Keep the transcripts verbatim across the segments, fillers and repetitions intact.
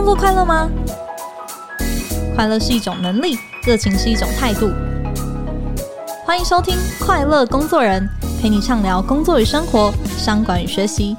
工作快乐吗？快乐是一种能力，热情是一种态度。欢迎收听《快乐工作人》，陪你畅聊工作与生活、商管与学习。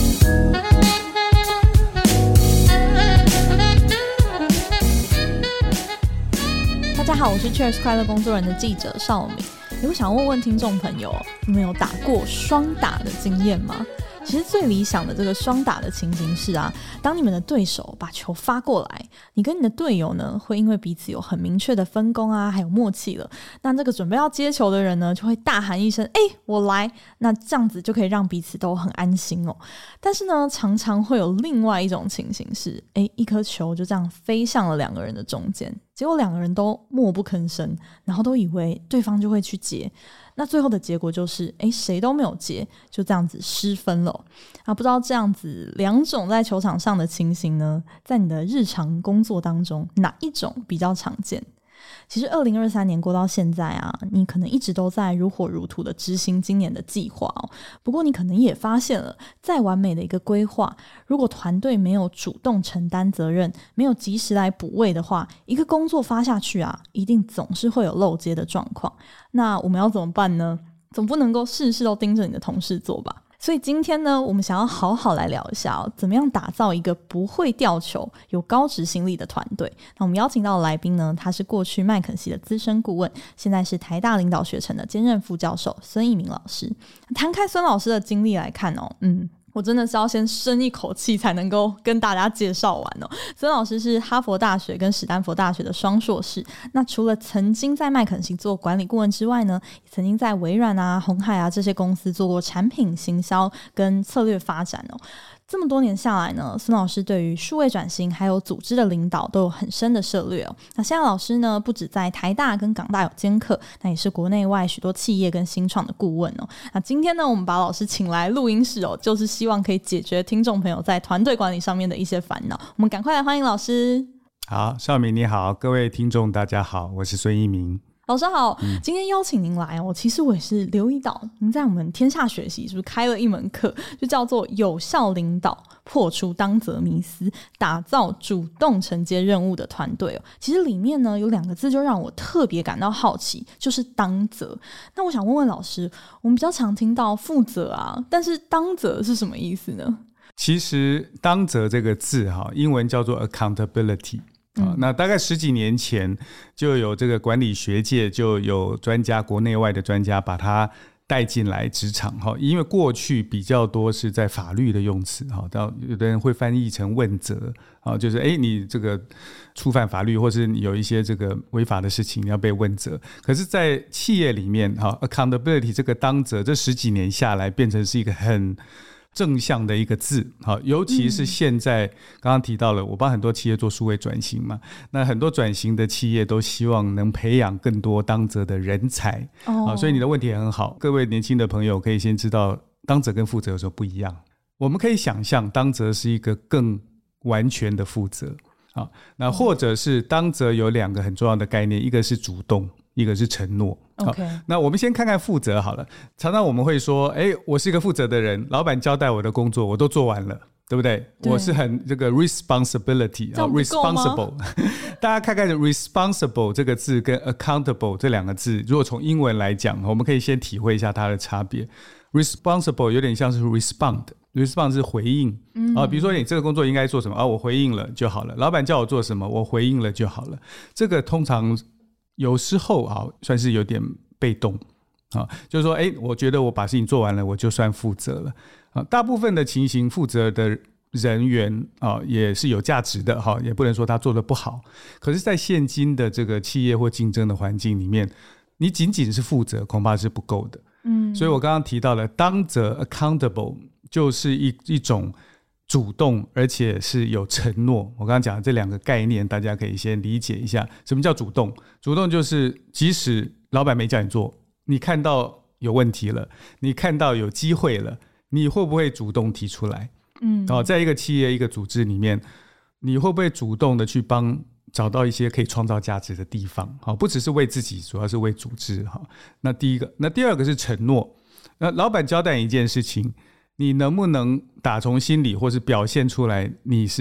大家好，我是 Cheers 快乐工作人的记者邵敏。我想问问听众朋友，你们有打过双打的经验吗？其实最理想的这个双打的情形是啊，当你们的对手把球发过来，你跟你的队友呢会因为彼此有很明确的分工啊，还有默契了，那这个准备要接球的人呢就会大喊一声哎、欸，我来，那这样子就可以让彼此都很安心哦。但是呢常常会有另外一种情形是哎、欸，一颗球就这样飞向了两个人的中间，结果两个人都默不吭声，然后都以为对方就会去接，那最后的结果就是诶谁都没有接，就这样子失分了。啊，不知道这样子两种在球场上的情形呢，在你的日常工作当中哪一种比较常见？其实二零二三年过到现在啊，你可能一直都在如火如荼的执行今年的计划哦。不过你可能也发现了，再完美的一个规划，如果团队没有主动承担责任，没有及时来补位的话，一个工作发下去啊，一定总是会有漏接的状况。那我们要怎么办呢？总不能够事事都盯着你的同事做吧。所以今天呢，我们想要好好来聊一下哦，怎么样打造一个不会掉球、有高执行力的团队。那我们邀请到的来宾呢，他是过去麦肯锡的资深顾问，现在是台大领导学程的兼任副教授孙益民老师。摊开孙老师的经历来看哦，嗯。我真的是要先深一口气才能够跟大家介绍完哦。孙老师是哈佛大学跟史丹佛大学的双硕士，那除了曾经在麦肯锡做管理顾问之外呢，也曾经在微软啊、鸿海啊这些公司做过产品行销跟策略发展哦。这么多年下来呢，孙老师对于数位转型还有组织的领导都有很深的涉略哦。那现在老师呢，不止在台大跟港大有兼课，那也是国内外许多企业跟新创的顾问哦。那今天呢，我们把老师请来录音室哦，就是希望可以解决听众朋友在团队管理上面的一些烦恼。我们赶快来欢迎老师。 好，邵敏你好，各位听众大家好，我是孙益民。 老师好，嗯、今天邀请您来哦，其实我也是留意到您在我们天下学习是不是开了一门课，就叫做有效领导，破除当责迷思，打造主动承接任务的团队哦。其实里面呢有两个字就让我特别感到好奇，就是当责。那我想问问老师，我们比较常听到负责啊，但是当责是什么意思呢？ 其实当责这个字哈，英文叫做 accountability。嗯、那大概十几年前就有这个管理学界就有专家，国内外的专家把它带进来职场，因为过去比较多是在法律的用词，有的人会翻译成问责，就是哎，你这个触犯法律或是你有一些这个违法的事情你要被问责。可是在企业里面 accountability 这个当责这十几年下来变成是一个很正向的一个字，尤其是现在刚刚提到了，我帮很多企业做数位转型嘛，那很多转型的企业都希望能培养更多当责的人才、哦、所以你的问题也很好，各位年轻的朋友可以先知道当责跟负责有时候不一样。我们可以想象当责是一个更完全的负责，好，那或者是当责有两个很重要的概念，一个是主动，一个是承诺。 Okay. 那我们先看看负责好了。常常我们会说，哎，我是一个负责的人，老板交代我的工作我都做完了，对不对？对，我是很这个 responsibility 这样不够吗？ responsible 大家看看 responsible 这个字跟 accountable 这两个字，如果从英文来讲，我们可以先体会一下它的差别。responsible 有点像是 respond， respond 是回应、嗯啊、比如说你这个工作应该做什么、啊、我回应了就好了，老板叫我做什么我回应了就好了。这个通常有时候、啊、算是有点被动、啊、就是说诶我觉得我把事情做完了我就算负责了、啊、大部分的情形负责的人员、啊、也是有价值的、啊、也不能说他做得不好。可是在现今的这个企业或竞争的环境里面，你仅仅是负责恐怕是不够的、嗯、所以我刚刚提到了当责 accountable 就是一, 一种主动而且是有承诺。我刚刚讲的这两个概念大家可以先理解一下。什么叫主动？主动就是即使老板没叫你做，你看到有问题了，你看到有机会了，你会不会主动提出来、嗯哦、在一个企业一个组织里面，你会不会主动的去帮找到一些可以创造价值的地方、哦、不只是为自己，主要是为组织、哦、那第一个。那第二个是承诺。那老板交代一件事情，你能不能打从心里或是表现出来你是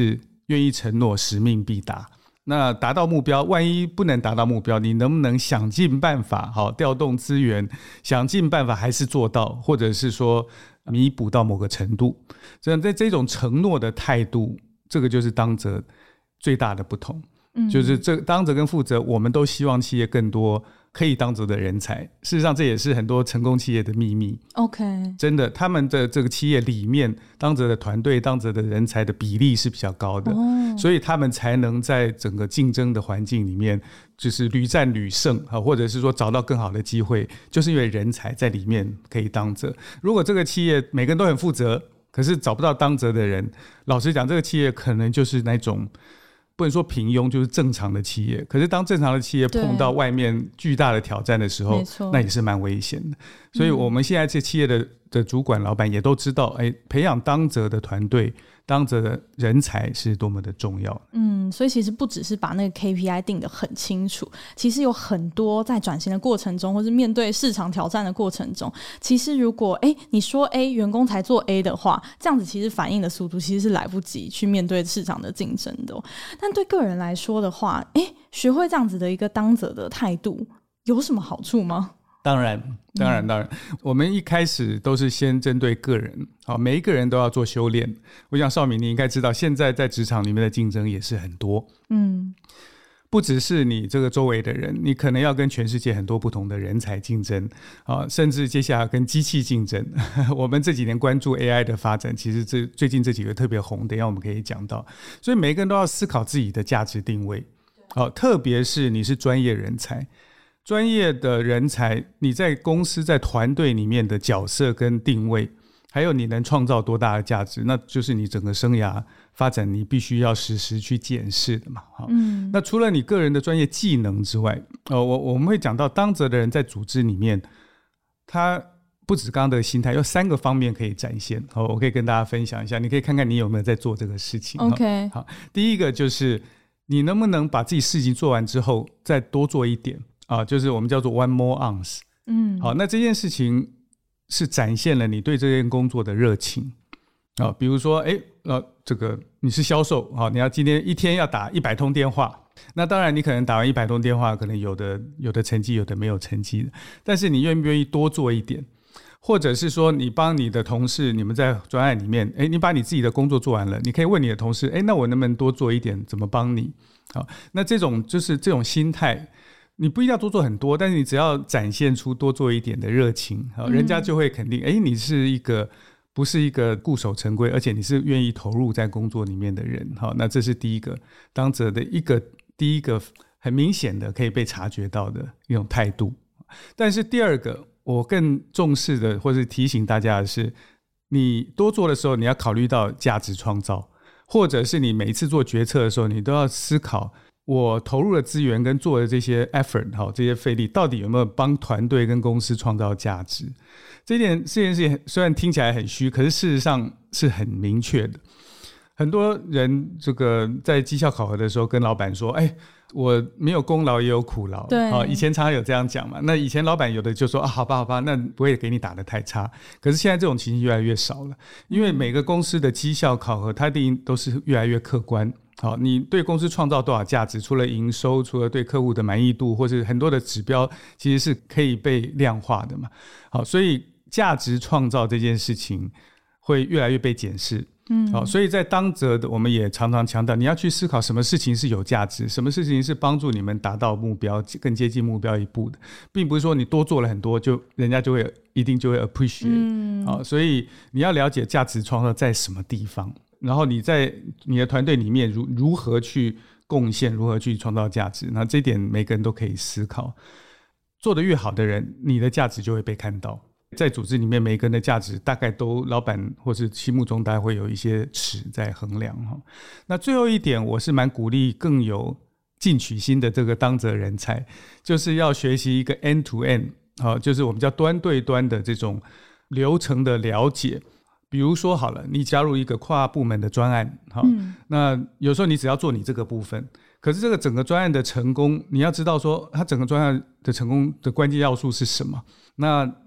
愿意承诺，使命必达。那达到目标，万一不能达到目标，你能不能想尽办法好调动资源，想尽办法还是做到，或者是说弥补到某个程度。这样在这种承诺的态度，这个就是当责最大的不同。嗯、就是这当责跟负责，我们都希望企业更多可以当责的人才。事实上这也是很多成功企业的秘密。 OK， 真的他们的这个企业里面当责的团队当责的人才的比例是比较高的、哦、所以他们才能在整个竞争的环境里面就是屡战屡胜，或者是说找到更好的机会，就是因为人才在里面可以当责。如果这个企业每个人都很负责，可是找不到当责的人，老实讲这个企业可能就是那种不能说平庸，就是正常的企业。可是当正常的企业碰到外面巨大的挑战的时候，那也是蛮危险的。所以我们现在这企业的的主管老板也都知道，哎，培养当责的团队，当责的人才是多么的重要。 嗯，所以其实不只是把那个 K P I 定得很清楚，其实有很多在转型的过程中，或是面对市场挑战的过程中，其实如果哎你说 A 员工才做 A 的话，这样子其实反应的速度其实是来不及去面对市场的竞争的、哦、但对个人来说的话，哎，学会这样子的一个当责的态度有什么好处吗？ 当然当然当然、嗯、我们一开始都是先针对个人，好，每一个人都要做修炼。我想少敏你应该知道，现在在职场里面的竞争也是很多，嗯，不只是你这个周围的人，你可能要跟全世界很多不同的人才竞争、啊、甚至接下来跟机器竞争我们这几年关注 A I 的发展，其实这最近这几个特别红，等一下我们可以讲到。所以每个人都要思考自己的价值定位、啊、特别是你是专业人才，专业的人才，你在公司在团队里面的角色跟定位，还有你能创造多大的价值，那就是你整个生涯发展你必须要实时去检视的嘛。嗯，那除了你个人的专业技能之外、呃、我, 我们会讲到当责的人在组织里面，他不止刚刚的心态，有三个方面可以展现、哦、我可以跟大家分享一下，你可以看看你有没有在做这个事情。 OK， 好，第一个就是你能不能把自己事情做完之后再多做一点啊，就是我们叫做 one more ounce。 嗯，好，那这件事情是展现了你对这件工作的热情啊。比如说，哎，呃，这个你是销售啊，你要今天一天要打一百通电话，那当然你可能打完一百通电话，可能有的有的成绩，有的没有成绩的，但是你愿不愿意多做一点？或者是说你帮你的同事，你们在专案里面，哎，你把你自己的工作做完了，你可以问你的同事，哎，那我能不能多做一点，怎么帮你？好，那这种就是这种心态，你不一定要多做很多，但是你只要展现出多做一点的热情，人家就会肯定，哎，你是一个不是一个固守成规，而且你是愿意投入在工作里面的人。好，那这是第一个当责的一个第一个很明显的可以被察觉到的一种态度。但是第二个我更重视的，或是提醒大家的是，你多做的时候你要考虑到价值创造，或者是你每一次做决策的时候，你都要思考我投入的资源跟做的这些 effort 这些费力到底有没有帮团队跟公司创造价值。这件这件事情虽然听起来很虚，可是事实上是很明确的。很多人这个在绩效考核的时候跟老板说，哎，我没有功劳也有苦劳。 对、 哦、以前常常有这样讲嘛。那以前老板有的就说、啊、好吧好吧，那不会给你打得太差。可是现在这种情形越来越少了，因为每个公司的绩效考核它一定都是越来越客观。好，你对公司创造多少价值，除了营收，除了对客户的满意度，或是很多的指标其实是可以被量化的嘛。好，所以价值创造这件事情会越来越被检视。嗯，好，所以在当责的我们也常常强调，你要去思考什么事情是有价值，什么事情是帮助你们达到目标更接近目标一步的，并不是说你多做了很多就人家就会一定就会 appreciate。嗯，好，所以你要了解价值创造在什么地方，然后你在你的团队里面 如, 如何去贡献，如何去创造价值，那这一点每个人都可以思考。做得越好的人，你的价值就会被看到。在组织里面每个人的价值大概都老板或是心目中大概会有一些尺在衡量。那最后一点我是蛮鼓励更有进取心的这个当责人才，就是要学习一个 end to end， 就是我们叫端对端的这种流程的了解。比如说好了，你加入一个跨部门的专案、嗯、那有时候你只要做你这个部分，可是这个整个专案的成功，你要知道说它整个专案的成功的关键要素是什么。那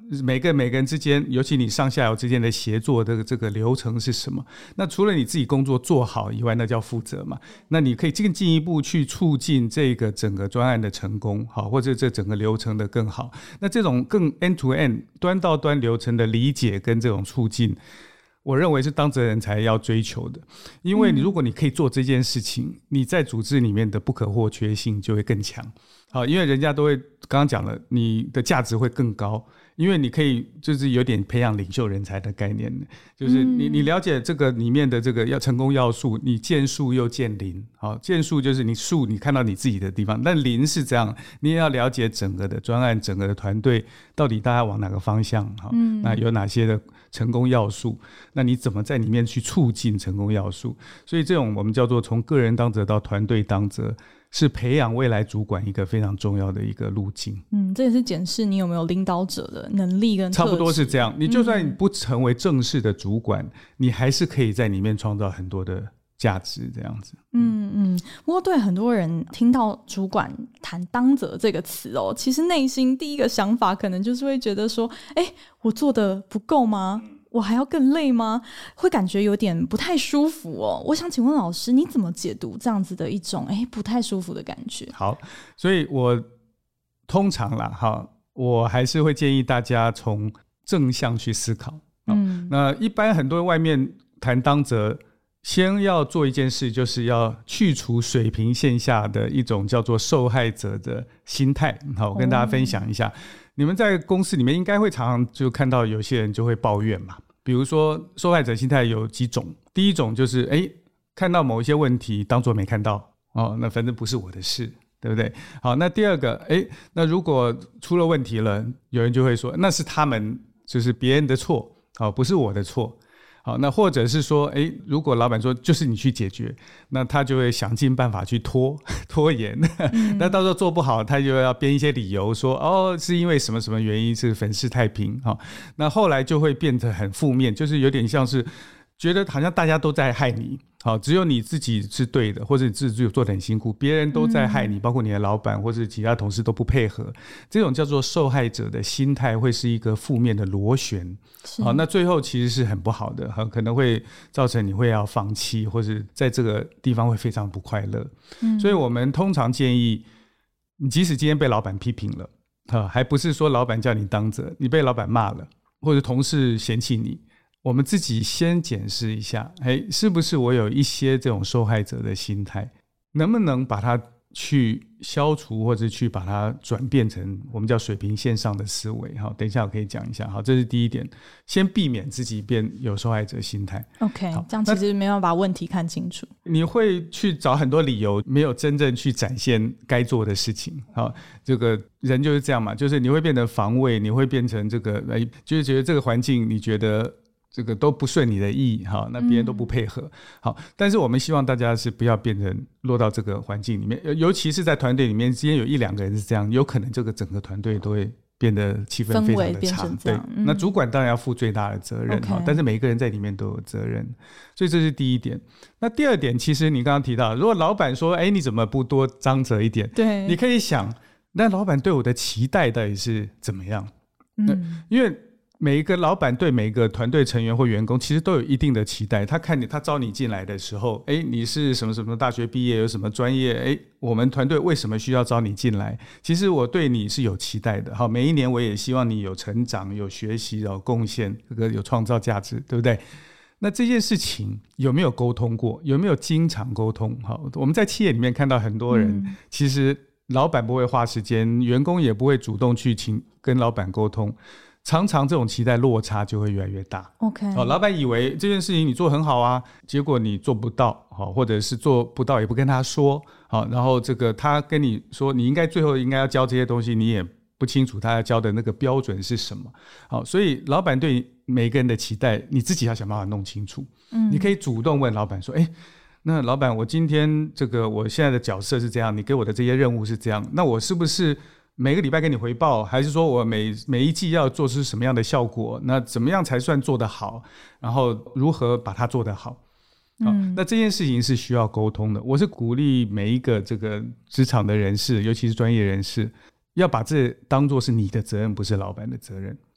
每个每个人之间，尤其你上下游之间的协作的这个流程是什么？那除了你自己工作做好以外，那叫负责嘛。那你可以更进一步去促进这个整个专案的成功，好，或者这整个流程的更好。那这种更 end to end 端到端流程的理解跟这种促进，我认为是当责人才要追求的。因为你如果你可以做这件事情，你在组织里面的不可或缺性就会更强。好，因为人家都会刚刚讲了，你的价值会更高，因为你可以就是有点培养领袖人才的概念，就是你你了解这个里面的这个要成功要素，你见树又见林。好，见树就是你树你看到你自己的地方，但林是这样，你也要了解整个的专案，整个的团队到底大家往哪个方向，好，那有哪些的成功要素，那你怎么在里面去促进成功要素？所以这种我们叫做从个人当责到团队当责，是培养未来主管一个非常重要的一个路径。 嗯，这也是检视你有没有领导者的能力跟特质。 差不多是这样，你就算你不成为正式的主管，嗯、你还是可以在里面创造很多的价值，这样子。 嗯嗯。不过对很多人听到主管谈当责这个词哦，其实内心第一个想法可能就是会觉得说，哎，我做的不够吗？我还要更累吗？会感觉有点不太舒服哦。我想请问老师，你怎么解读这样子的一种哎不太舒服的感觉？ 好，所以我通常啦，哈，我还是会建议大家从正向去思考。嗯，那一般很多外面谈当责，先要做一件事，就是要去除水平线下的一种叫做受害者的心态。好，我跟大家分享一下。哦，你们在公司里面应该会常常就看到有些人就会抱怨嘛，比如说受害者心态有几种，第一种就是哎，看到某一些问题当作没看到，哦，那反正不是我的事，对不对？好，那第二个，哎，那如果出了问题了，有人就会说那是他们，就是别人的错，哦，不是我的错。好，那或者是说，哎，如果老板说就是你去解决，那他就会想尽办法去拖拖延，嗯、那到时候做不好，他就要编一些理由说，哦，是因为什么什么原因，是粉饰太平。好，那后来就会变得很负面，就是有点像是觉得好像大家都在害你，好，只有你自己是对的，或者你自己做得很辛苦，别人都在害你，嗯、包括你的老板或者其他同事都不配合，这种叫做受害者的心态会是一个负面的螺旋。好，那最后其实是很不好的，可能会造成你会要放弃，或者在这个地方会非常不快乐。嗯、所以我们通常建议，你即使今天被老板批评了，还不是说老板叫你当责，你被老板骂了，或者同事嫌弃你，我们自己先检视一下，哎，是不是我有一些这种受害者的心态，能不能把它去消除，或者去把它转变成我们叫水平线上的思维。好，等一下我可以讲一下。好，这是第一点，先避免自己变有受害者心态。 OK， 这样其实没有办法把问题看清楚，你会去找很多理由，没有真正去展现该做的事情。好，这个人就是这样嘛，就是你会变得防卫，你会变成这个，就是觉得这个环境你觉得这个都不顺你的意，好，那别人都不配合。嗯、好，但是我们希望大家是不要变成落到这个环境里面，尤其是在团队里面，今天有一两个人是这样，有可能这个整个团队都会变得气氛非常的差。对，嗯、那主管当然要负最大的责任， okay. 但是每一个人在里面都有责任，所以这是第一点。那第二点，其实你刚刚提到，如果老板说，哎，你怎么不多张责一点？对，你可以想，那老板对我的期待到底是怎么样？嗯，因为每一个老板对每一个团队成员或员工其实都有一定的期待，他看你，他招你进来的时候，哎，你是什么什么大学毕业，有什么专业，哎，我们团队为什么需要招你进来？其实我对你是有期待的，好，每一年我也希望你有成长、有学习、有贡献，这个有创造价值，对不对？那这件事情有没有沟通过？有没有经常沟通？好，我们在企业里面看到很多人，嗯、其实老板不会花时间，员工也不会主动去请跟老板沟通。常常这种期待落差就会越来越大。OK，哦、老板以为这件事情你做很好啊，结果你做不到，哦、或者是做不到也不跟他说，哦、然后这个他跟你说你应该最后应该要教这些东西，你也不清楚他要教的那个标准是什么。好，所以老板对每个人的期待，你自己要想办法弄清楚。嗯，你可以主动问老板说，哎，那老板，我今天这个我现在的角色是这样，你给我的这些任务是这样，那我是不是每个礼拜给你回报，还是说我每每一季要做出什么样的效果？那怎么样才算做得好？然后如何把它做得好？嗯，那这件事情是需要沟通的。我是鼓励每一个这个职场的人士，尤其是专业人士，要把这当作是你的责任，不是老板的责任。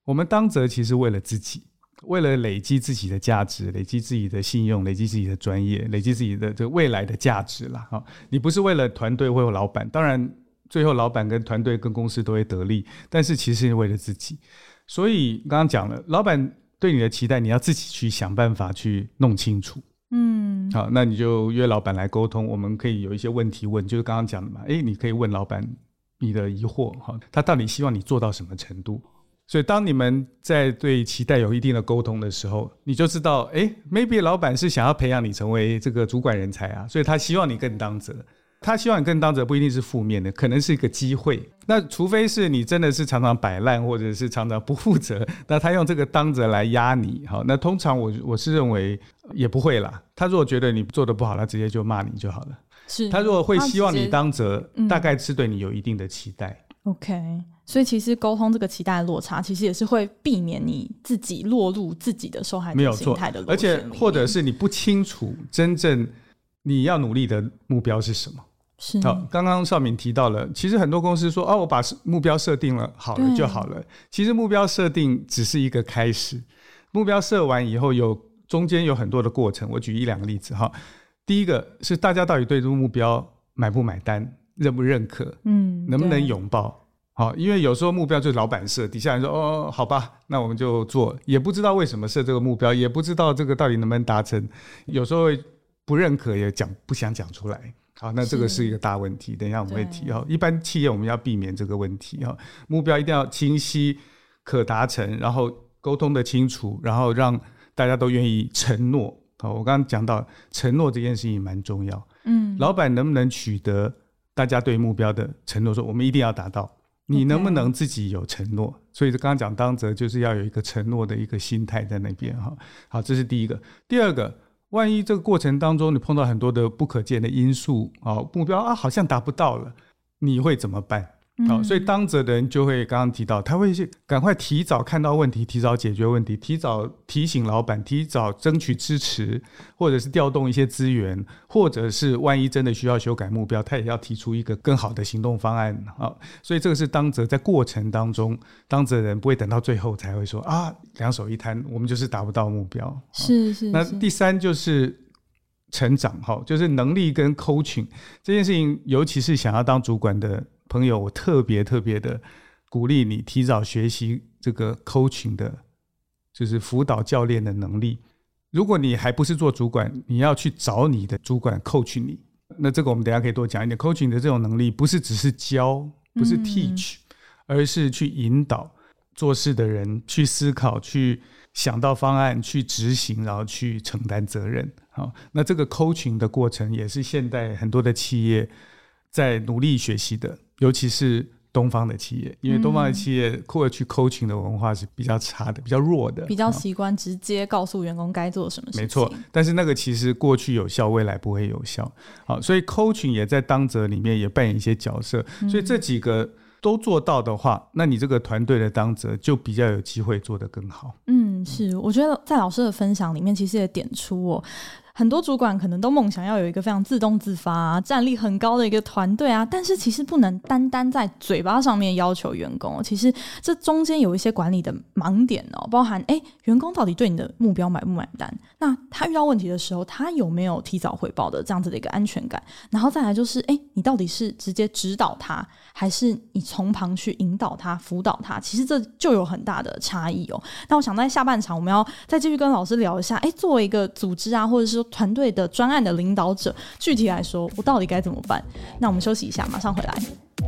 我们当责其实为了自己，为了累积自己的价值，累积自己的信用，累积自己的专业，累积自己的这未来的价值啦。你不是为了团队或老板，当然最后老板跟团队跟公司都会得利，但是其实是为了自己。所以刚刚讲了，老板对你的期待你要自己去想办法去弄清楚。嗯，好，那你就约老板来沟通，我们可以有一些问题问，就是刚刚讲的嘛，诶，你可以问老板你的疑惑，他到底希望你做到什么程度。所以当你们在对期待有一定的沟通的时候，你就知道诶 maybe 老板是想要培养你成为这个主管人才啊，所以他希望你更当责，他希望你更当责不一定是负面的，可能是一个机会。那除非是你真的是常常摆烂，或者是常常不负责，那他用这个当责来压你，好，那通常我我是认为也不会啦。他如果觉得你做得不好，他直接就骂你就好了。是，他如果会希望你当责，大概是对你有一定的期待。 OK， 所以其实沟通这个期待的落差，其实也是会避免你自己落入自己的受害者心态的螺旋里面。 而且或者是你不清楚真正你要努力的目标是什么。是，好，刚刚少敏提到了，其实很多公司说哦，我把目标设定了好了就好了。其实目标设定只是一个开始，目标设完以后有中间有很多的过程。我举一两个例子哈。第一个是大家到底对这个目标买不买单，认不认可，嗯，能不能拥抱。好，因为有时候目标就是老板设，底下人说哦，好吧，那我们就做，也不知道为什么设这个目标，也不知道这个到底能不能达成，有时候不认可也讲不想讲出来。好，那这个是一个大问题，等一下我们会提。一般企业我们要避免这个问题，目标一定要清晰可达成，然后沟通的清楚，然后让大家都愿意承诺。我刚刚讲到承诺这件事情蛮重要，嗯，老板能不能取得大家对目标的承诺，说我们一定要达到，你能不能自己有承诺。Okay. 所以刚刚讲当责就是要有一个承诺的一个心态在那边。好，这是第一个。第二个，万一这个过程当中你碰到很多的不可见的因素，目标啊好像达不到了，你会怎么办？好，所以当责的人就会刚刚提到，他会赶快提早看到问题，提早解决问题，提早提醒老板，提早争取支持，或者是调动一些资源，或者是万一真的需要修改目标，他也要提出一个更好的行动方案。好，所以这个是当责在过程当中，当责人不会等到最后才会说啊两手一摊，我们就是达不到目标。 是是是。 那第三就是成长，就是能力跟 coaching 这件事情，尤其是想要当主管的朋友，我特别特别的鼓励你提早学习这个 coaching 的，就是辅导教练的能力。如果你还不是做主管，你要去找你的主管 coach 你，那这个我们等一下可以多讲一点。coaching 的这种能力不是只是教，不是 teach、嗯、而是去引导做事的人去思考，去想到方案，去执行，然后去承担责任。好，那这个 coaching 的过程也是现代很多的企业在努力学习的，尤其是东方的企业，因为东方的企业过去 coaching 的文化是比较差的，比较弱的， 比较习惯直接告诉员工该做什么事情。 没错，但是那个其实过去有效，未来不会有效。好，所以 coaching 也在当责里面也扮演一些角色，所以这几个都做到的话，那你这个团队的当责就比较有机会做得更好。 嗯，是，我觉得在老师的分享里面其实也点出哦，很多主管可能都梦想要有一个非常自动自发、啊、战力很高的一个团队啊，但是其实不能单单在嘴巴上面要求员工，其实这中间有一些管理的盲点哦，包含诶员工到底对你的目标买不买单，那他遇到问题的时候他有没有提早汇报的这样子的一个安全感，然后再来就是诶你到底是直接指导他，还是你从旁去引导他辅导他，其实这就有很大的差异哦。那我想在下半场我们要再继续跟老师聊一下，诶作为一个组织啊，或者是团队的专案的领导者，具体来说我到底该怎么办？那我们休息一下，马上回来。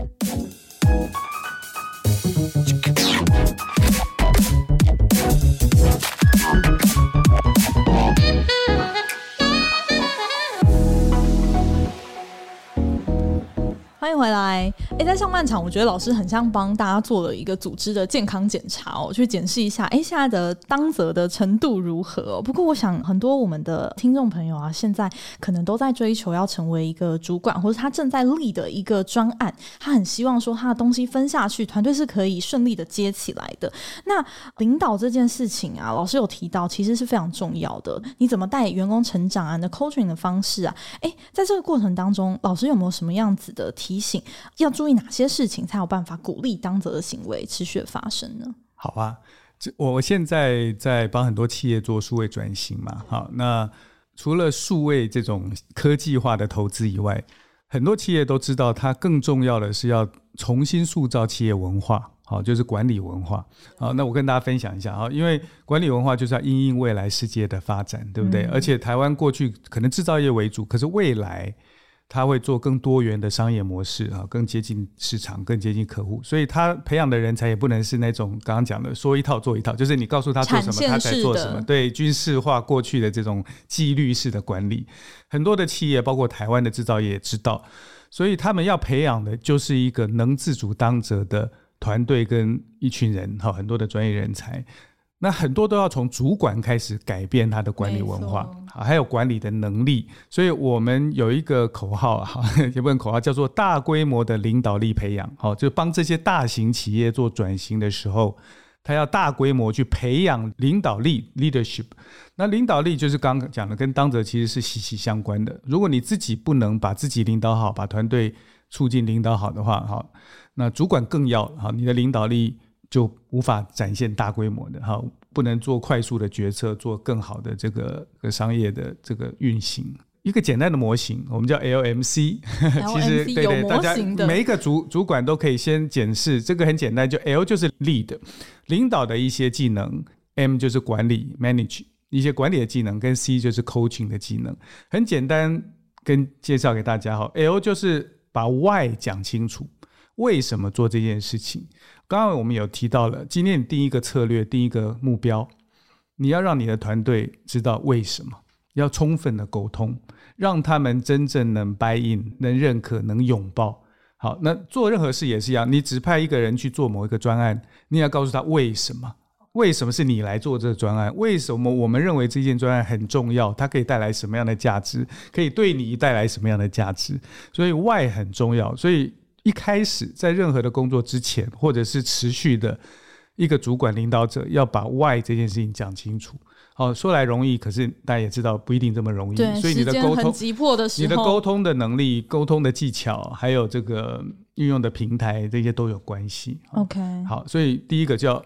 欢迎回来。诶在上半场我觉得老师很像帮大家做了一个组织的健康检查哦，去检视一下诶现在的当责的程度如何哦。不过我想很多我们的听众朋友啊，现在可能都在追求要成为一个主管，或者他正在立的一个专案，他很希望说他的东西分下去，团队是可以顺利的接起来的。那领导这件事情啊，老师有提到其实是非常重要的，你怎么带员工成长啊，你的 coaching 的方式啊，诶在这个过程当中老师有没有什么样子的提醒，要注意哪些事情才有办法鼓励当责的行为持续的发生呢？ 好啊， 我现在在帮很多企业做数位转型嘛，好，那除了数位这种科技化的投资以外，很多企业都知道它更重要的是要重新塑造企业文化，好，就是管理文化。好，那我跟大家分享一下，好，因为管理文化就是要因应未来世界的发展，对不对？嗯、而且台湾过去可能制造业为主，可是未来他会做更多元的商业模式，更接近市场，更接近客户，所以他培养的人才也不能是那种刚刚讲的说一套做一套，就是你告诉他做什么他才做什么，对，军事化过去的这种纪律式的管理，很多的企业包括台湾的制造业也知道，所以他们要培养的就是一个能自主当责的团队跟一群人，很多的专业人才，那很多都要从主管开始改变他的管理文化，还有管理的能力。所以我们有一个口号，也不能口号，叫做大规模的领导力培养，就帮这些大型企业做转型的时候，他要大规模去培养领导力 leadership。 那领导力就是刚刚讲的跟当责其实是息息相关的，如果你自己不能把自己领导好，把团队促进领导好的话，那主管更要，你的领导力就无法展现大规模的，不能做快速的决策，做更好的这个商业的这个运行。一个简单的模型我们叫 L M C， 其实对对，大家每一个 主, 主管都可以先检视，这个很简单，就 L 就是 lead 领导的一些技能， M 就是管理 manage 一些管理的技能，跟 C 就是 coaching 的技能。很简单跟介绍给大家， L 就是把 Why 讲清楚，为什么做这件事情。刚刚我们有提到了，今天你定一个策略，定一个目标，你要让你的团队知道为什么，要充分的沟通，让他们真正能 buy in， 能认可，能拥抱。好，那做任何事也是一样，你指派一个人去做某一个专案，你要告诉他为什么，为什么是你来做这个专案，为什么我们认为这件专案很重要，它可以带来什么样的价值，可以对你带来什么样的价值，所以 why 很重要。所以一开始在任何的工作之前，或者是持续的，一个主管领导者要把 why 这件事情讲清楚。好，说来容易，可是大家也知道不一定这么容易。 对， 所以你的沟通很急迫的时候， 你的沟通的能力、沟通的技巧，还有这个运用的平台，这些都有关系。 OK， 好，所以第一个叫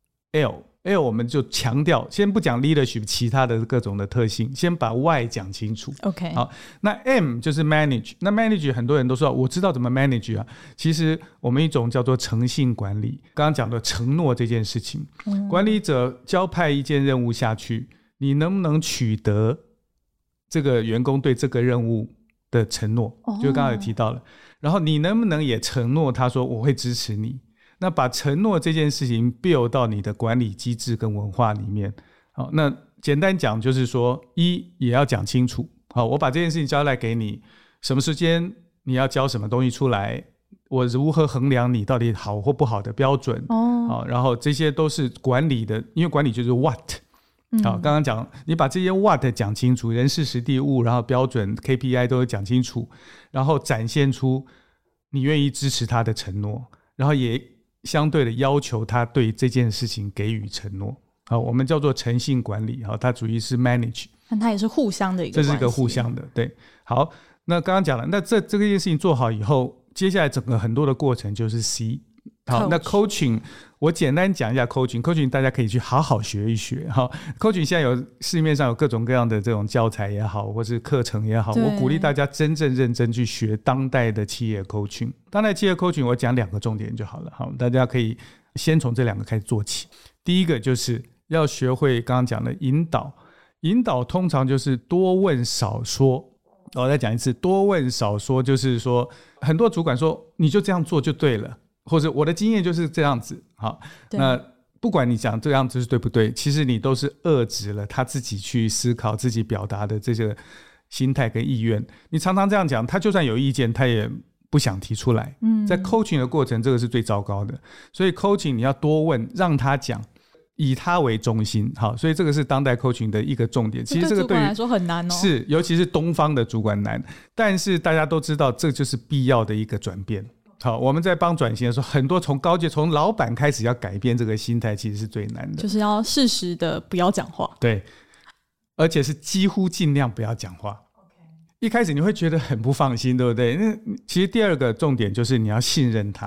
L。L 我们就强调，先不讲 leadership 其他的各种的特性，先把 why 讲清楚。 OK， 好，那 M 就是 manage。 那 manage 很多人都说我知道怎么 manage 啊，其实我们一种叫做诚信管理，刚刚讲的承诺这件事情、嗯、管理者交派一件任务下去，你能不能取得这个员工对这个任务的承诺、哦、就刚刚有提到了，然后你能不能也承诺他说我会支持你，那把承诺这件事情 build 到你的管理机制跟文化里面。好，那简单讲就是说，一也要讲清楚，好，我把这件事情交代给你，什么时间你要交什么东西出来，我如何衡量你到底好或不好的标准、哦、好，然后这些都是管理的，因为管理就是 what、嗯、好，刚刚讲你把这些 what 讲清楚，人事时地物，然后标准 K P I 都讲清楚，然后展现出你愿意支持他的承诺，然后也相对的要求他对这件事情给予承诺。好，我们叫做诚信管理，好，它主要是 manage， 但它也是互相的一个关系， 这是一个互相的。对，好，那刚刚讲了，那这这件事情做好以后，接下来整个很多的过程就是 C。 好， Coach. 那 coaching 我简单讲一下 coaching coaching 大家可以去好好学一学。好， coaching 现在有市面上有各种各样的这种教材也好，或是课程也好，我鼓励大家真正认真去学当代的企业 coaching。 当代企业 coaching 我讲两个重点就好了。好，大家可以先从这两个开始做起。第一个就是要学会刚刚讲的引导，引导通常就是多问少说。我再讲一次，多问少说，就是说很多主管说你就这样做就对了，或者我的经验就是这样子。好，那不管你讲这样子是对不对，其实你都是遏制了他自己去思考、自己表达的这个心态跟意愿。你常常这样讲，他就算有意见他也不想提出来、嗯、在 coaching 的过程这个是最糟糕的。所以 coaching 你要多问，让他讲，以他为中心。好，所以这个是当代 coaching 的一个重点。其实这个对于主管来说很难哦， 是，尤其是东方的主管难，但是大家都知道这就是必要的一个转变。好，我们在帮转型的时候，很多从高阶从老板开始要改变这个心态，其实是最难的， 就是要适时的不要讲话。 对，而且是几乎尽量不要讲话。一开始你会觉得很不放心，对不对？那其实第二个重点就是你要信任他，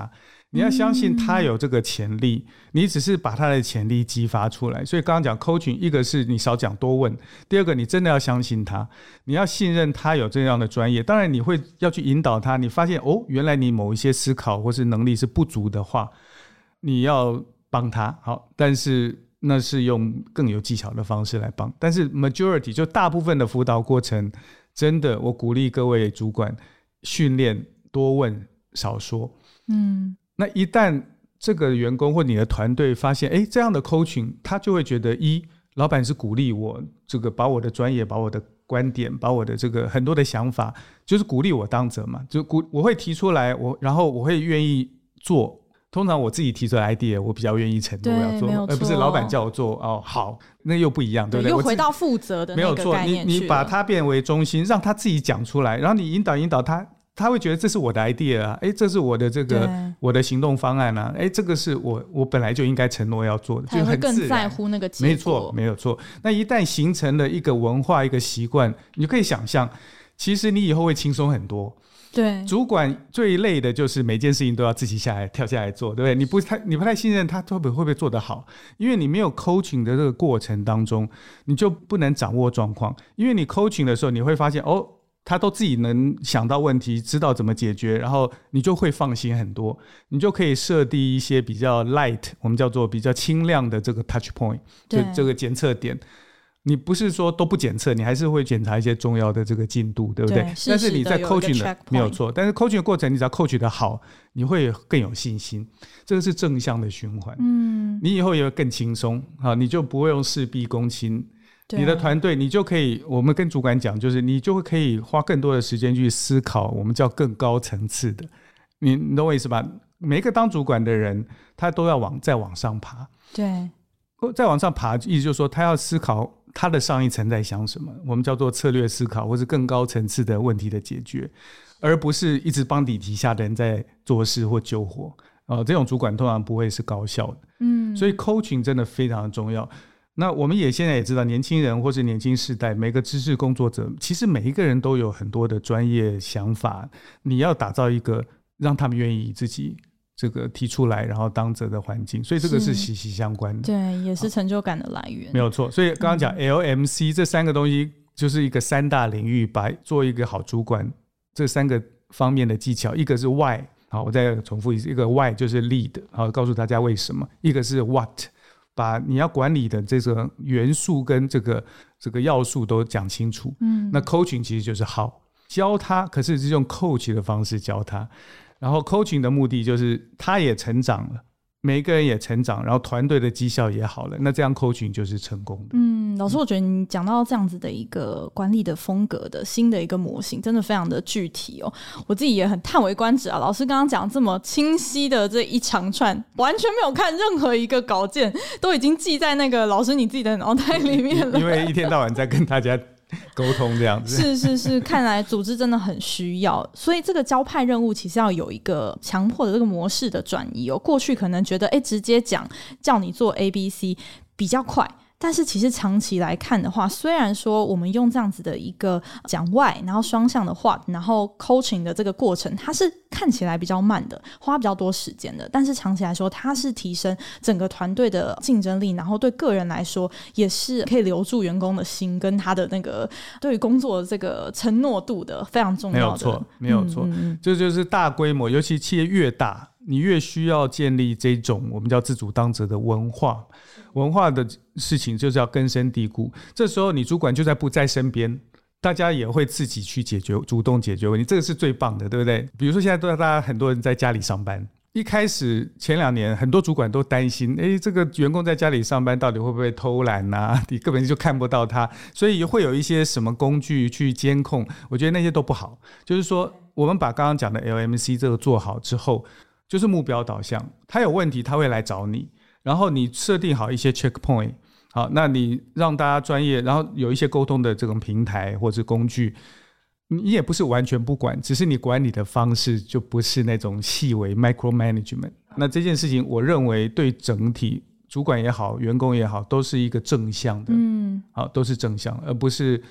你要相信他有这个潜力、嗯、你只是把他的潜力激发出来。所以刚刚讲 coaching， 一个是你少讲多问，第二个你真的要相信他，你要信任他有这样的专业。当然你会要去引导他，你发现哦，原来你某一些思考或是能力是不足的话，你要帮他好，但是那是用更有技巧的方式来帮。但是 majority 就大部分的辅导过程，真的我鼓励各位主管训练多问少说。嗯，那一旦这个员工或你的团队发现诶这样的 coaching， 他就会觉得一，老板是鼓励我这个把我的专业把我的观点把我的这个很多的想法就是鼓励我当责嘛，就鼓我会提出来，我然后我会愿意做。通常我自己提出来 idea 我比较愿意承诺要做，而不是老板叫我做哦好，那又不一样，对不对？ 又回到负责的那个概念去了。 没有错，你你把它变为中心，让他自己讲出来，然后你引导引导他，他会觉得这是我的 idea 啊，诶这是我的这个我的行动方案啊，诶这个是我我本来就应该承诺要做的， 他会更在乎那个结果。 没错没有错。那一旦形成了一个文化一个习惯，你就可以想象其实你以后会轻松很多。 对， 主管最累的就是每件事情都要自己下来跳下来做，对不对？你不太你不太信任他会不会会不会做得好，因为你没有 coaching 的这个过程当中，你就不能掌握状况。因为你 coaching 的时候，你会发现哦，他都自己能想到问题，知道怎么解决，然后你就会放心很多，你就可以设定一些比较 light， 我们叫做比较轻量的这个 touch point， 就这个检测点。你不是说都不检测，你还是会检查一些重要的这个进度，对不对？ 对， 但是你在 coaching 的没有错，但是 coaching 的过程你只要 coach 的好，你会更有信心，这个是正向的循环。嗯，你以后也会更轻松，你就不会用事必躬亲。你的团队你就可以，我们跟主管讲，就是你就会可以花更多的时间去思考我们叫更高层次的，你你懂我意思吧？每一个当主管的人他都要往再往上爬。 对， 再往上爬意思就是说他要思考他的上一层在想什么，我们叫做策略思考，或是更高层次的问题的解决，而不是一直帮底底下的人在做事或救火、呃、这种主管通常不会是高效的。嗯，所以 coaching 真的非常的重要。那我们也现在也知道，年轻人或是年轻世代，每个知识工作者其实每一个人都有很多的专业想法，你要打造一个让他们愿意自己这个提出来然后当责的环境，所以这个是息息相关的。 对，也是成就感的来源。 没有错，所以刚刚讲 L M C、嗯、这三个东西就是一个三大领域，把做一个好主管这三个方面的技巧。一个是 Why， 好，我再重复一次，一个 Why 就是 Lead， 好，告诉大家为什么。一个是 What， 把你要管理的这个元素跟这个这个要素都讲清楚。嗯，那 Coaching 其实就是 How， 教他，可是是用 Coach 的方式教他。然后 coaching 的目的就是他也成长了，每一个人也成长，然后团队的绩效也好了，那这样 coaching 就是成功的。 嗯，老师，我觉得你讲到这样子的一个管理的风格的新的一个模型，真的非常的具体哦。我自己也很叹为观止啊，老师刚刚讲这么清晰的这一长串，完全没有看任何一个稿件，都已经记在那个老师你自己的脑袋里面了。 因为一天到晚在跟大家沟通这样子。 是是是，看来组织真的很需要，所以这个交派任务其实要有一个强迫的这个模式的转移哦。过去可能觉得哎，直接讲叫你做 A B C 比较快，但是其实长期来看的话，虽然说我们用这样子的一个讲 why， 然后双向的话，然后 coaching 的这个过程它是看起来比较慢的，花比较多时间的，但是长期来说它是提升整个团队的竞争力，然后对个人来说也是可以留住员工的心跟他的那个对于工作的这个承诺度的非常重要的。没有错没有错、嗯、这就是大规模，尤其企业越大你越需要建立这种我们叫自主当责的文化。文化的事情就是要根深蒂固，这时候你主管就在不在身边，大家也会自己去解决，主动解决问题，这个是最棒的，对不对？比如说现在大家很多人在家里上班，一开始前两年很多主管都担心，诶这个员工在家里上班到底会不会偷懒啊，你根本就看不到他，所以会有一些什么工具去监控，我觉得那些都不好。就是说我们把刚刚讲的 L M C 这个做好之后，就是目标导向，他有问题他会来找你，然后你设定好一些 checkpoint， 好，那你让大家专业，然后有一些沟通的这种平台或者工具，你也不是完全不管，只是你管理的方式就不是那种细微 micro management。 那这件事情我认为对整体主管也好员工也好都是一个正向的、嗯、好，都是正向，而不是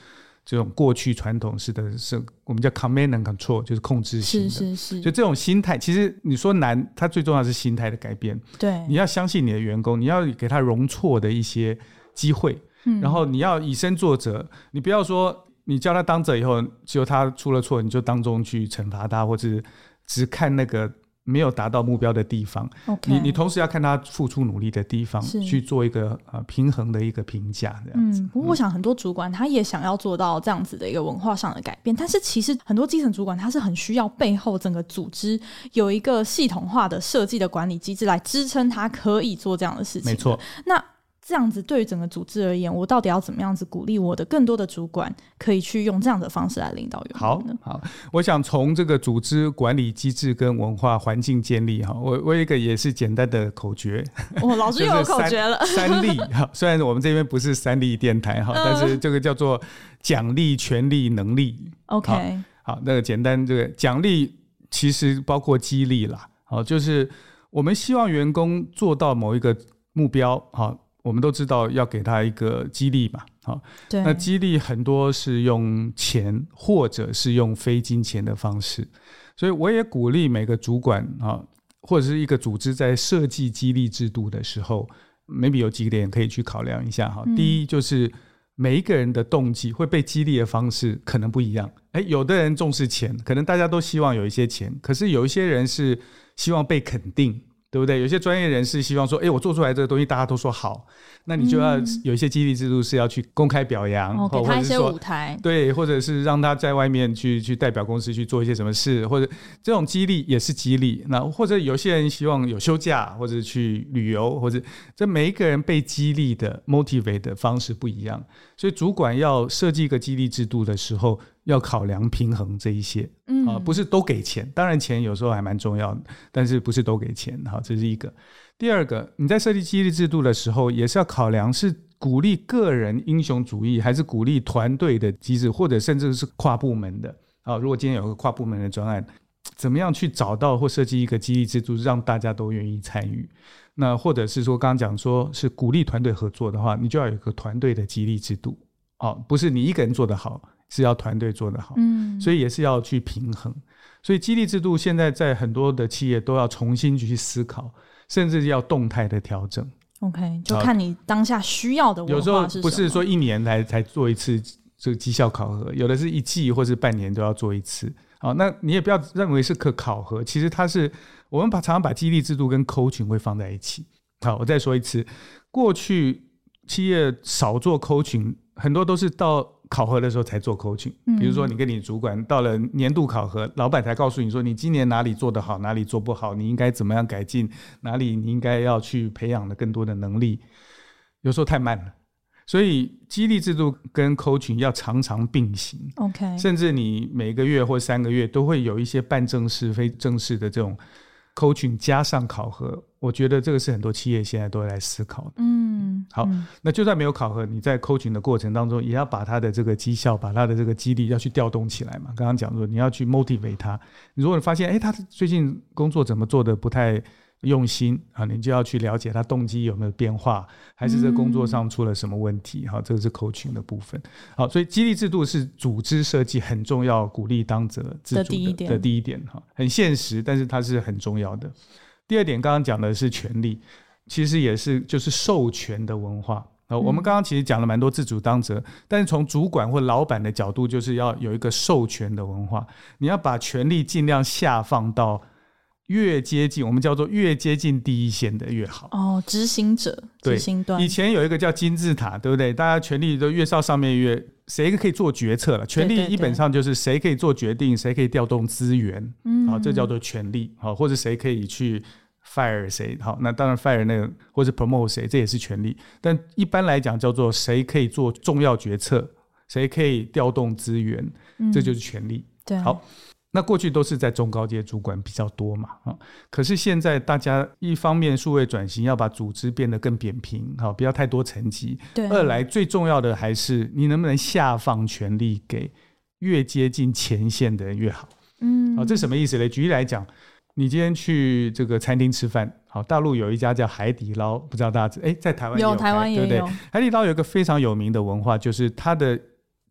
这种过去传统式的是我们叫 command and control， 就是控制型的， 是是是， 就这种心态，其实你说难，它最重要的是心态的改变。 对， 你要相信你的员工，你要给他容错的一些机会，嗯、然后你要以身作则，你不要说你叫他当责以后，只有他出了错，你就当中去惩罚他，或者只看那个没有达到目标的地方， okay， 你你同时要看他付出努力的地方，去做一个、呃、平衡的一个评价这样子。 嗯，不过我想很多主管他也想要做到这样子的一个文化上的改变，但是其实很多基层主管他是很需要背后整个组织有一个系统化的设计的管理机制来支撑他可以做这样的事情。 没错， 那这样子对于整个组织而言，我到底要怎么样子鼓励我的更多的主管可以去用这样的方式来领导员工呢？ 好，好，我想从这个组织管理机制跟文化环境建立，我我有一个也是简单的口诀， 我、哦、老师又有口诀了， 三, 三力。虽然我们这边不是三力电台，嗯、但是这个叫做奖励、权利、能力。 OK， 好，好，那个简单，这个奖励其实包括激励啦，好，就是我们希望员工做到某一个目标，好。我们都知道要给他一个激励嘛，好， 对， 那激励很多是用钱或者是用非金钱的方式，所以我也鼓励每个主管啊，或者是一个组织在设计激励制度的时候 maybe 有几点可以去考量一下哈、嗯。第一就是每一个人的动机会被激励的方式可能不一样，诶，有的人重视钱，可能大家都希望有一些钱，可是有一些人是希望被肯定，对不对？有些专业人士希望说，哎，我做出来这个东西大家都说好，那你就要有一些激励制度是要去公开表扬， 哦、给他一些舞台， 对，或者是让他在外面去去代表公司去做一些什么事，或者这种激励也是激励。那或者有些人希望有休假，或者去旅游，或者这每一个人被激励的 motivate 的方式不一样，所以主管要设计一个激励制度的时候，要考量平衡这一些，嗯啊，不是都给钱，当然钱有时候还蛮重要的，但是不是都给钱，好，这是一个。第二个，你在设计激励制度的时候，也是要考量是鼓励个人英雄主义，还是鼓励团队的机制，或者甚至是跨部门的。好，如果今天有个跨部门的专案，怎么样去找到或设计一个激励制度，让大家都愿意参与？那或者是说，刚刚讲说是鼓励团队合作的话，你就要有一个团队的激励制度，哦，不是你一个人做得好，是要团队做得好，嗯，所以也是要去平衡。所以激励制度现在在很多的企业都要重新去思考，甚至要动态的调整。 OK， 就看你当下需要的文化是什么。有时候不是说一年来才做一次这个绩效考核，有的是一季或是半年都要做一次。好，那你也不要认为是可考核，其实它是我们把常常把激励制度跟 coaching 会放在一起。好，我再说一次，过去企业少做 coaching， 很多都是到考核的时候才做 coaching， 比如说你跟你主管到了年度考核，老板才告诉你说你今年哪里做得好，哪里做不好，你应该怎么样改进，哪里你应该要去培养的更多的能力，有时候太慢了。所以激励制度跟 coaching 要常常并行， okay， 甚至你每个月或三个月都会有一些半正式非正式的这种 coaching 加上考核，我觉得这个是很多企业现在都来思考的。嗯，好，嗯，那就算没有考核，你在 coaching 的过程当中也要把他的这个绩效，把他的这个激励要去调动起来嘛。刚刚讲说你要去 motivate 他，你如果发现哎，他最近工作怎么做的不太用心啊，你就要去了解他动机有没有变化，还是这工作上出了什么问题。好，这个是 coaching 的部分。好，所以激励制度是组织设计很重要，鼓励当责自主 的, 的第一点, 的第一点，很现实，但是它是很重要的。第二点刚刚讲的是权利，其实也是就是授权的文化。我们刚刚其实讲了蛮多自主当责，但是从主管或老板的角度，就是要有一个授权的文化，你要把权力尽量下放到越接近，我们叫做越接近第一线的越好。 哦，执行者，执行端。 以前有一个叫金字塔，对不对？大家权力都越到上面越，谁可以做决策了？权力基本上就是谁可以做决定，谁可以调动资源，嗯，好，这叫做权力，好，或者谁可以去 fire 谁，好，那当然 fire 那个或者 promote 谁，这也是权力。但一般来讲叫做谁可以做重要决策，谁可以调动资源，嗯，这就是权力。 对， 好。那过去都是在中高阶主管比较多嘛，可是现在大家一方面数位转型要把组织变得更扁平，不要太多层级，二来最重要的还是你能不能下放权力给越接近前线的人越好。嗯，这什么意思呢？举例来讲，你今天去这个餐厅吃饭，好，大陆有一家叫海底捞，不知道大家知，在台湾也有， 有台湾也有， 对不对？海底捞有一个非常有名的文化，就是它的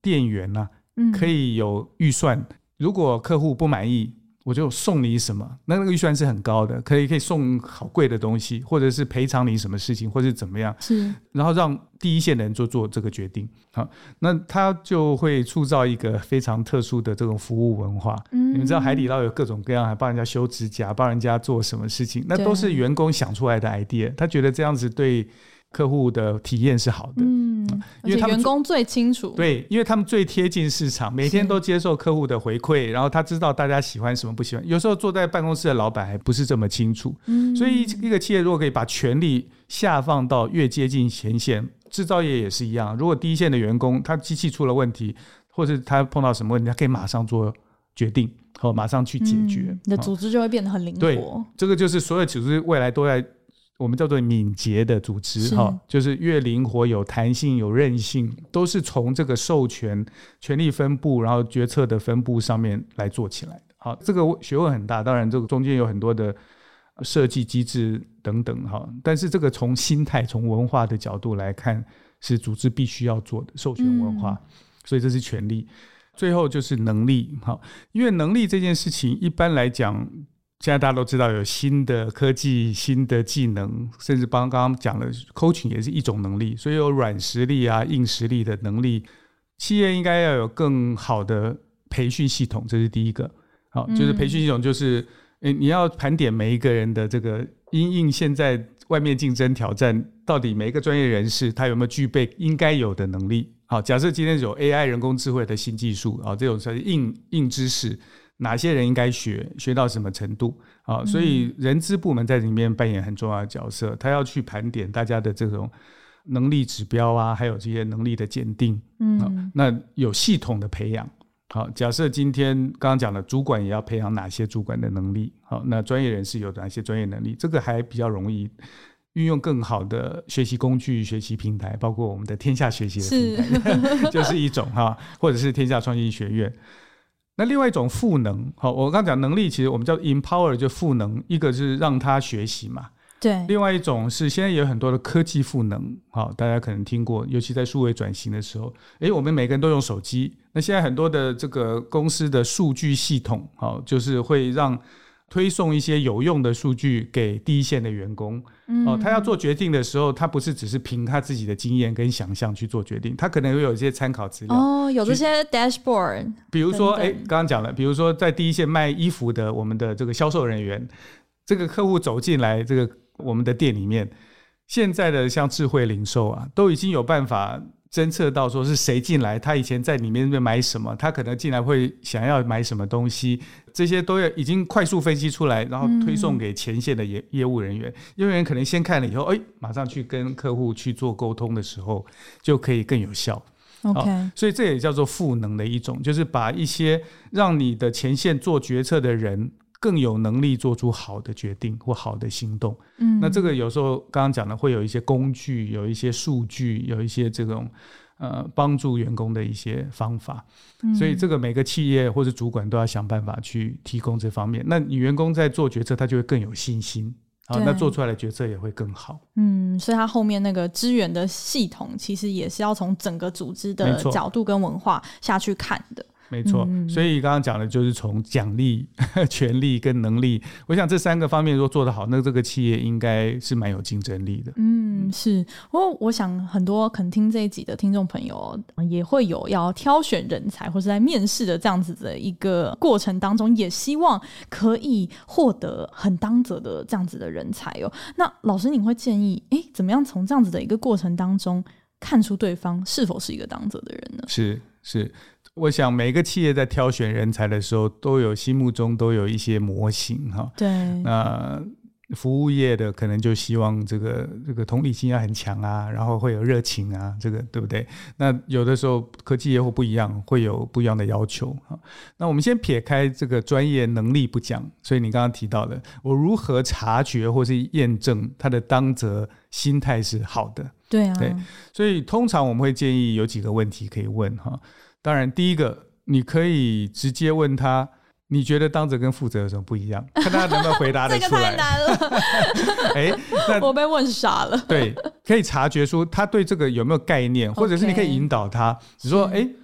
店员啊， 嗯， 可以有预算，如果客户不满意我就送你什么，那那个预算是很高的，可以可以送好贵的东西，或者是赔偿你什么事情，或者是怎么样， 是， 然后让第一线的人做做这个决定。好，那他就会塑造一个非常特殊的这种服务文化。嗯，你们知道海底捞有各种各样，还帮人家修指甲，帮人家做什么事情，那都是员工想出来的 idea， 他觉得这样子对客户的体验是好的。嗯， 因为他们员工最清楚， 对，因为他们最贴近市场，每天都接受客户的回馈，然后他知道大家喜欢什么不喜欢。有时候坐在办公室的老板还不是这么清楚。嗯，所以一个企业如果可以把权力下放到越接近前线，制造业也是一样，如果第一线的员工他机器出了问题，或者他碰到什么问题，他可以马上做决定，或马上去解决。 嗯，你的组织就会变得很灵活。 对，这个就是所有组织未来都在我们叫做敏捷的组织，是，就是越灵活有弹性有韧性，都是从这个授权权力分布然后决策的分布上面来做起来的。好，这个学问很大，当然这个中间有很多的设计机制等等，但是这个从心态从文化的角度来看是组织必须要做的授权文化。嗯，所以这是权力。最后就是能力，因为能力这件事情一般来讲现在大家都知道有新的科技新的技能，甚至刚刚讲的 coaching 也是一种能力，所以有软实力啊硬实力的能力，企业应该要有更好的培训系统，这是第一个。好，就是培训系统就是、嗯、你要盘点每一个人的这个因应现在外面竞争挑战，到底每一个专业人士他有没有具备应该有的能力。好，假设今天有 A I 人工智慧的新技术，这种是 硬, 硬知识，哪些人应该学，学到什么程度。好，所以人资部门在里面扮演很重要的角色，他要去盘点大家的这种能力指标啊，还有这些能力的检定。嗯，那有系统的培养。好，假设今天刚刚讲的主管也要培养哪些主管的能力，好，那专业人士有哪些专业能力，这个还比较容易运用更好的学习工具学习平台，包括我们的天下学习的平台就是一种，或者是天下创新学院。那另外一种赋能，好，我刚讲能力其实我们叫 empower 就赋能，一个是让他学习嘛， 对， 另外一种是现在也有很多的科技赋能，好，大家可能听过，尤其在数位转型的时候，诶，我们每个人都用手机，那现在很多的这个公司的数据系统，好，就是会让推送一些有用的数据给第一线的员工。嗯，哦，他要做决定的时候，他不是只是凭他自己的经验跟想象去做决定，他可能会有一些参考资料。 哦，有这些 dashboard， 比如说哎，刚刚讲了，比如说在第一线卖衣服的我们的这个销售人员，这个客户走进来这个我们的店里面，现在的像智慧零售啊，都已经有办法侦测到说是谁进来，他以前在里面买什么，他可能进来会想要买什么东西，这些都已经快速分析出来，然后推送给前线的业业务人员，业务人员可能先看了以后，哎，马上去跟客户去做沟通的时候就可以更有效。 Okay. 所以这也叫做赋能的一种，就是把一些让你的前线做决策的人更有能力做出好的决定或好的行动。嗯，那这个有时候刚刚讲的会有一些工具，有一些数据，有一些这种呃帮助员工的一些方法。嗯，所以这个每个企业或者主管都要想办法去提供这方面。那你员工在做决策，他就会更有信心。好，那做出来的决策也会更好。 嗯，所以它后面那个支援的系统其实也是要从整个组织的角度跟文化下去看的。 没错，嗯，所以刚刚讲的就是从奖励、权力跟能力，我想这三个方面如果做得好，那这个企业应该是蛮有竞争力的。 嗯，是。不过我想很多可能听这一集的听众朋友也会有要挑选人才或是在面试的这样子的一个过程当中，也希望可以获得很当责的这样子的人才哦。那老师你会建议诶怎么样从这样子的一个过程当中看出对方是否是一个当责的人呢？ 是是，我想每个企业在挑选人才的时候都有心目中都有一些模型哈。 对， 那服务业的可能就希望这个这个同理心要很强啊，然后会有热情啊，这个对不对？那有的时候科技业或不一样，会有不一样的要求。那我们先撇开这个专业能力不讲，所以你刚刚提到的，我如何察觉或是验证他的当责心态是好的？ 对啊， 对，所以通常我们会建议有几个问题可以问哈。当然，第一个你可以直接问他，你觉得当责跟负责有什么不一样？看他能不能回答得出来。 这个太难了。 哎，那我被问傻了。 对，可以察觉出他对这个有没有概念，或者是你可以引导他。你说，哎，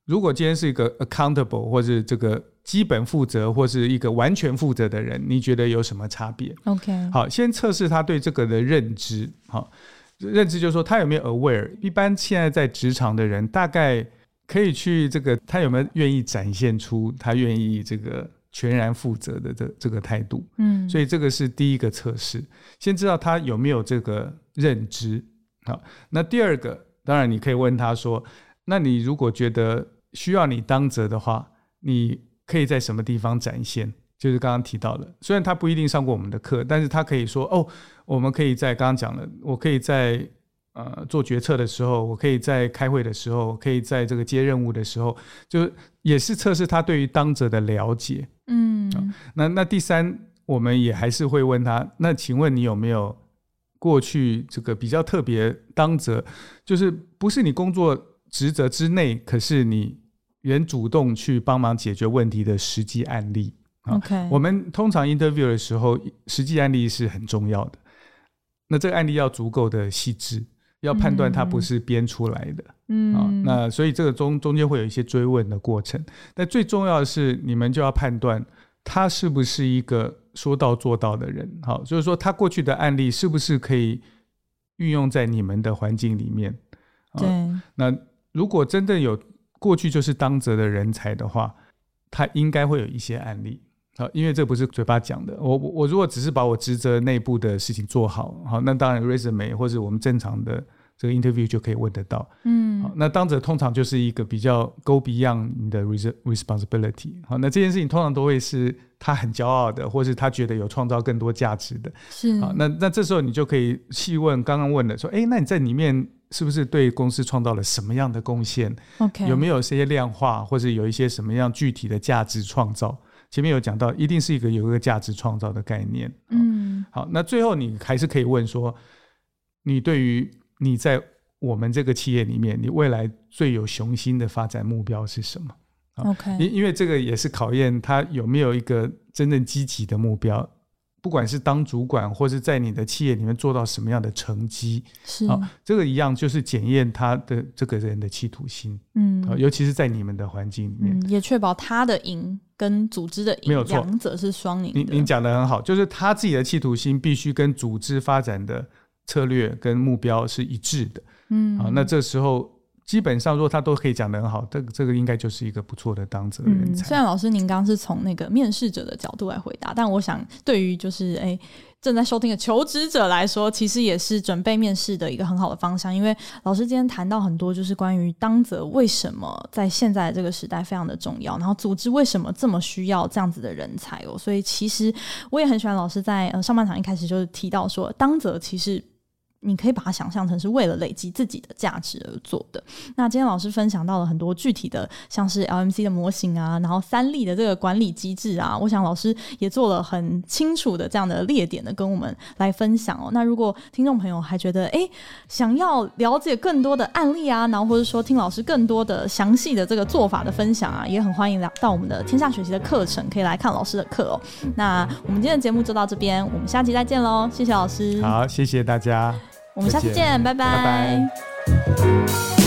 如果今天是一个 accountable 或是这个基本负责或是一个完全负责的人，你觉得有什么差别 ？OK， 好，先测试他对这个的认知。好，认知就是说他有没有 aware。一般现在在职场的人，大概可以去这个他有没有愿意展现出他愿意这个全然负责的 这, 这个态度。嗯，所以这个是第一个测试，先知道他有没有这个认知。好，那第二个，当然你可以问他说，那你如果觉得需要你当责的话，你可以在什么地方展现？就是刚刚提到的，虽然他不一定上过我们的课，但是他可以说哦，我们可以在刚刚讲了，我可以在呃做决策的时候，我可以在开会的时候，可以在这个接任务的时候，就也是测试他对于当责的了解。嗯，啊、那那第三，我们也还是会问他，那请问你有没有过去这个比较特别当责，就是不是你工作职责之内，可是你人主动去帮忙解决问题的实际案例。 Okay. 我们通常 interview 的时候，实际案例是很重要的。那这个案例要足够的细致，要判断它不是编出来的。嗯，啊、那所以这个中中间会有一些追问的过程。但最重要的是，你们就要判断他是不是一个说到做到的人。好，就是说他过去的案例是不是可以运用在你们的环境里面。 对， 那如果真的有过去就是当责的人才的话，他应该会有一些案例。好，因为这不是嘴巴讲的，我我如果只是把我职责内部的事情做好，好，那当然 resume 或者我们正常的这个 interview 就可以问得到。嗯，好，那当责通常就是一个比较 go beyond 你的 responsibility。好，那这件事情通常都会是他很骄傲的，或是他觉得有创造更多价值的。 是， 好，那那这时候你就可以细问刚刚问的说，哎，那你在里面是不是对公司创造了什么样的贡献？ Okay. 有没有这些量化，或者有一些什么样具体的价值创造？前面有讲到，一定是一个有一个价值创造的概念。嗯，好，那最后你还是可以问说，你对于你在我们这个企业里面，你未来最有雄心的发展目标是什么？ OK， 因为这个也是考验他有没有一个真正积极的目标，不管是当主管或是在你的企业里面做到什么样的成绩。 是， 这个一样就是检验他的这个人的企图心。嗯，尤其是在你们的环境里面。 嗯，也确保他的赢跟组织的赢两者是双赢的。 你你讲得很好，就是他自己的企图心必须跟组织发展的策略跟目标是一致的。嗯，好，那这时候基本上如果他都可以讲得很好，这个这个应该就是一个不错的当责人才。 嗯，虽然老师您刚刚是从那个面试者的角度来回答，但我想对于就是哎正在收听的求职者来说，其实也是准备面试的一个很好的方向。因为老师今天谈到很多就是关于当责为什么在现在的这个时代非常的重要，然后组织为什么这么需要这样子的人才哦。所以其实我也很喜欢老师在呃上半场一开始就是提到说，当责其实你可以把它想象成是为了累积自己的价值而做的。那今天老师分享到了很多具体的，像是 L M C 的模型啊，然后三力的这个管理机制啊，我想老师也做了很清楚的这样的列点的跟我们来分享哦。那如果听众朋友还觉得诶想要了解更多的案例啊，然后或者说听老师更多的详细的这个做法的分享啊，也很欢迎来到我们的天下学习的课程，可以来看老师的课哦。那我们今天的节目就到这边，我们下期再见咯，谢谢老师。 好，谢谢大家， 我们下次见，拜拜。 拜拜。